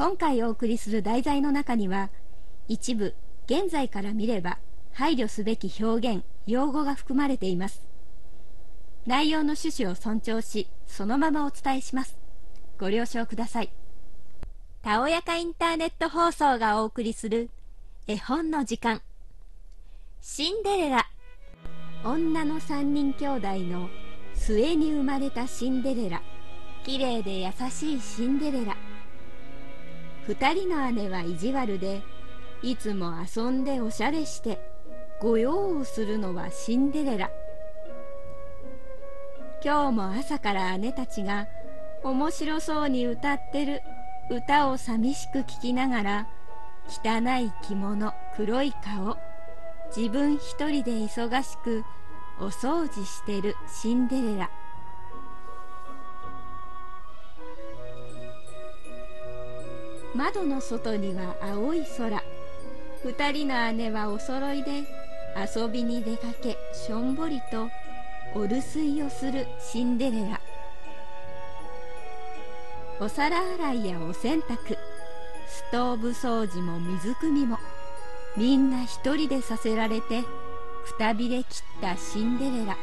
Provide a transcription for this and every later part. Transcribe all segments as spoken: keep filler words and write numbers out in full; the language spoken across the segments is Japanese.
今回お送りする題材の中には、一部現在から見れば配慮すべき表現用語が含まれています。内容の趣旨を尊重し、そのままお伝えします。ご了承ください。たおやかインターネット放送がお送りする絵本の時間。シンデレラ。女の三人兄弟の末に生まれたシンデレラ。きれいで優しいシンデレラ。二人の姉は意地悪で、いつも遊んでおしゃれして御用をするのはシンデレラ。今日も朝から姉たちが面白そうに歌ってる歌を寂しく聞きながら、汚い着物、黒い顔、自分一人で忙しくお掃除してるシンデレラ。窓の外には青い空。二人の姉はお揃いで遊びに出かけ、しょんぼりとお留守居をするシンデレラ。お皿洗いやお洗濯、ストーブ掃除も水汲みも、みんな一人でさせられてくたびれきったシンデレラ。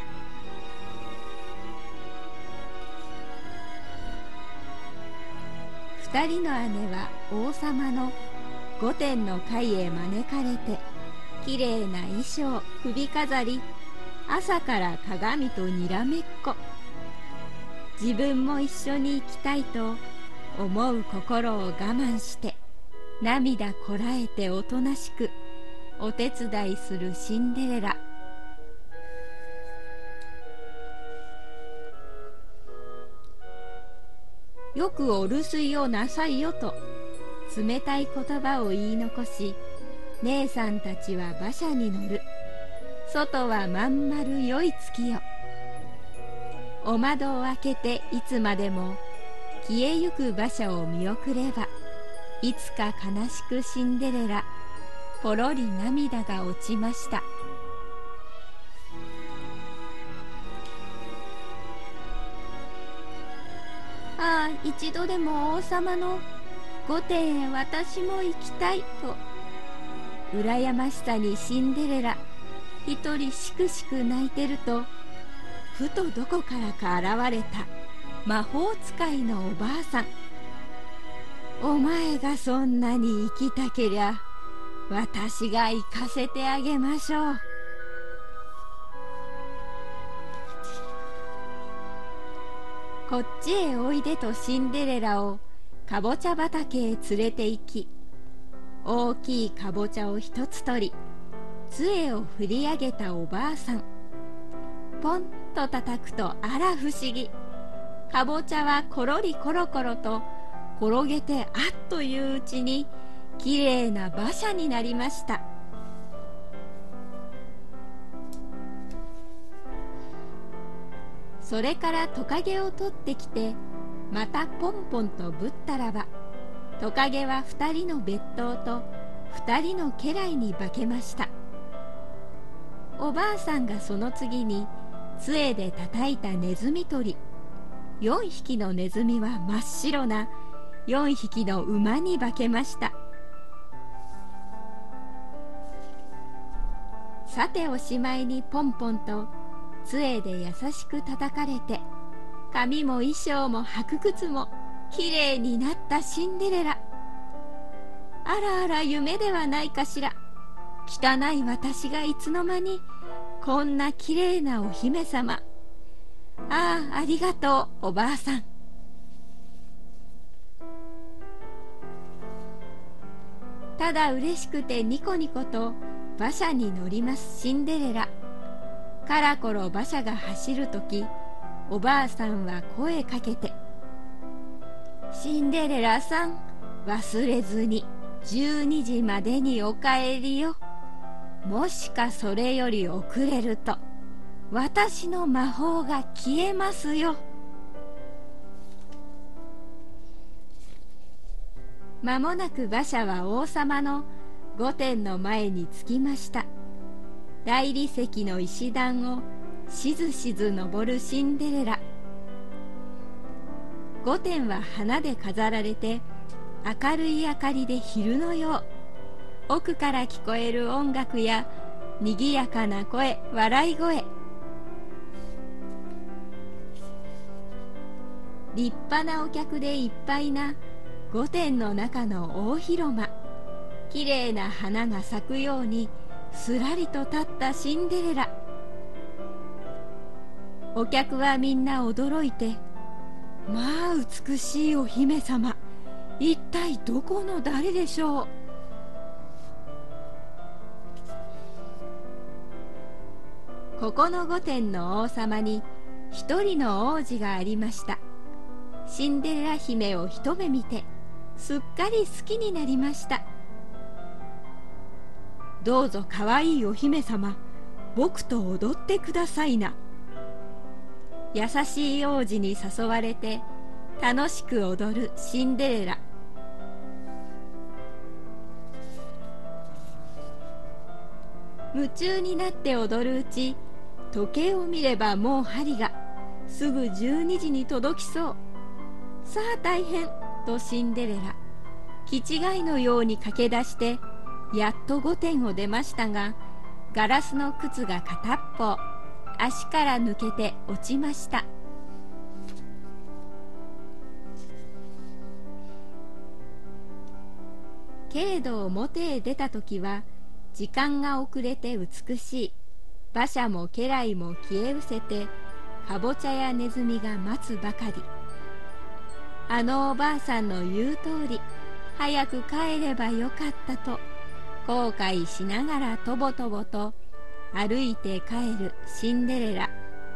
二人の姉は王様の御殿の会へ招かれて、きれいな衣装、首飾り、朝から鏡とにらめっこ。自分も一緒に行きたいと思う心を我慢して、涙こらえておとなしくお手伝いするシンデレラ。よくお留守居をなさいよと冷たい言葉を言い残し、姉さんたちは馬車に乗る。外はまん丸良い月よ。お窓を開けていつまでも消えゆく馬車を見送れば、いつか悲しくシンデレラ、ぽろり涙が落ちました。ああ、一度でも王様の御殿へ私も行きたいと、羨ましさにシンデレラ一人しくしく泣いてると、ふとどこからか現れた魔法使いのおばあさん。お前がそんなに行きたけりゃ私が行かせてあげましょう。こっちへおいでとシンデレラをかぼちゃ畑へ連れて行き、大きいかぼちゃを一つ取り、杖を振り上げたおばあさん。ポンと叩くと、あら不思議、かぼちゃはコロリコロコロと転げて、あっといううちにきれいな馬車になりました。それからトカゲを取ってきて、またポンポンとぶったらば、トカゲは二人の別当と二人の家来に化けました。おばあさんがその次に杖で叩いたネズミ捕り、四匹のネズミは真っ白な四匹の馬に化けました。さておしまいにポンポンと杖で優しく叩かれて、髪も衣装も履く靴もきれいになったシンデレラ。あらあら、夢ではないかしら。汚い私がいつの間にこんなきれいなお姫様。ああ、ありがとうおばあさん。ただ嬉しくてニコニコと馬車に乗りますシンデレラ。からころ馬車が走るとき、おばあさんは声かけて、シンデレラさん、忘れずにじゅうにじまでにお帰りよ。もしかそれより遅れると私の魔法が消えますよ。間もなく馬車は王様の御殿の前に着きました。大理石の石段をしずしず登るシンデレラ。御殿は花で飾られて、 明るい明かりで昼のよう、奥から聞こえる音楽やにぎやかな声、笑い声、立派なお客でいっぱいな御殿の中の大広間、きれいな花が咲くようにすらりと立ったシンデレラ。お客はみんな驚いて、まあ美しいお姫様、一体どこの誰でしょう。ここの御殿の王様に一人の王子がありました。シンデレラ姫を一目見てすっかり好きになりました。どうぞかわいいお姫様、僕と踊ってくださいな。優しい王子に誘われて楽しく踊るシンデレラ。夢中になって踊るうち、時計を見ればもう針がすぐじゅうにじに届きそう。さあ大変とシンデレラ、気違いのように駆け出してやっと御殿を出ましたが、ガラスの靴が片っぽ足から抜けて落ちました。けれど表へ出た時は時間が遅れて美しい。馬車も家来も消え失せて、かぼちゃやネズミが待つばかり。あのおばあさんの言う通り、早く帰ればよかったと後悔しながらとぼとぼと歩いて帰るシンデレラ。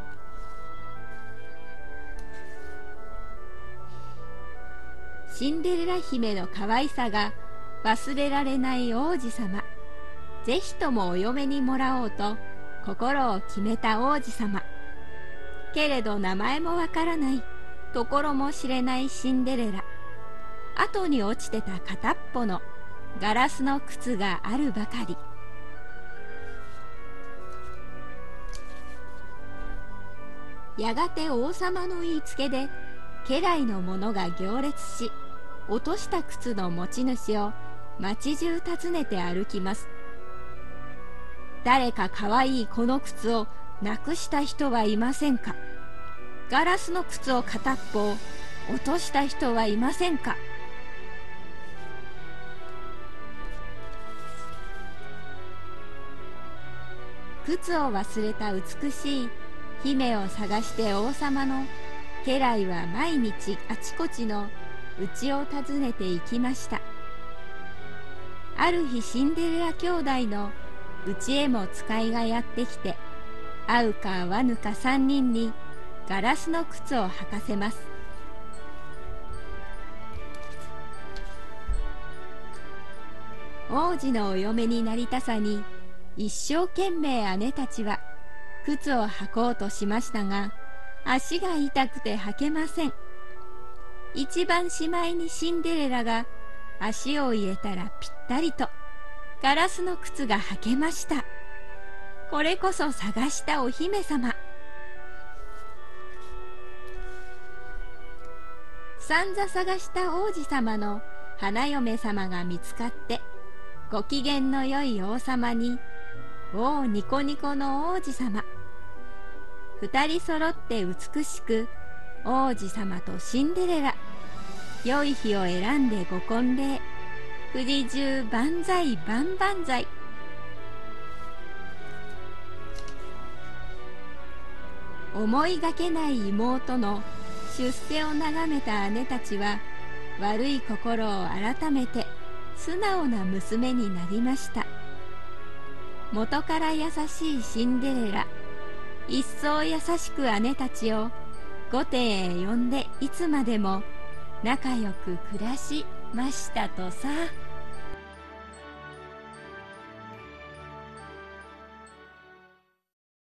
シンデレラ姫の可愛さが忘れられない王子様。ぜひともお嫁にもらおうと心を決めた王子様。けれど名前もわからない、ところも知れないシンデレラ。後に落ちてた片っぽのガラスの靴があるばかり。やがて王様の言いつけで家来の者が行列し、落とした靴の持ち主を町中訪ねて歩きます。誰かかわいいこの靴をなくした人はいませんか。ガラスの靴を片っぽを落とした人はいませんか。靴を忘れた美しい姫を探して王様の家来は毎日あちこちの家を訪ねて行きました。ある日シンデレラ兄弟の家へも使いがやってきて、会うか会わぬか三人にガラスの靴を履かせます。王子のお嫁になりたさに一生懸命姉たちは靴を履こうとしましたが、足が痛くて履けません。一番しまいにシンデレラが足を入れたらぴったりとガラスの靴が履けました。これこそ探したお姫様。さんざ探した王子様の花嫁様が見つかって、ご機嫌の良い王様に、おおニコニコの王子様。二人揃って美しく、王子様とシンデレラ。良い日を選んでご婚礼。富士中万歳万々歳。思いがけない妹の出世を眺めた姉たちは、悪い心を改めて素直な娘になりました。元から優しいシンデレラ、一層優しく姉たちを御殿へ呼んでいつまでも仲良く暮らしましたとさ。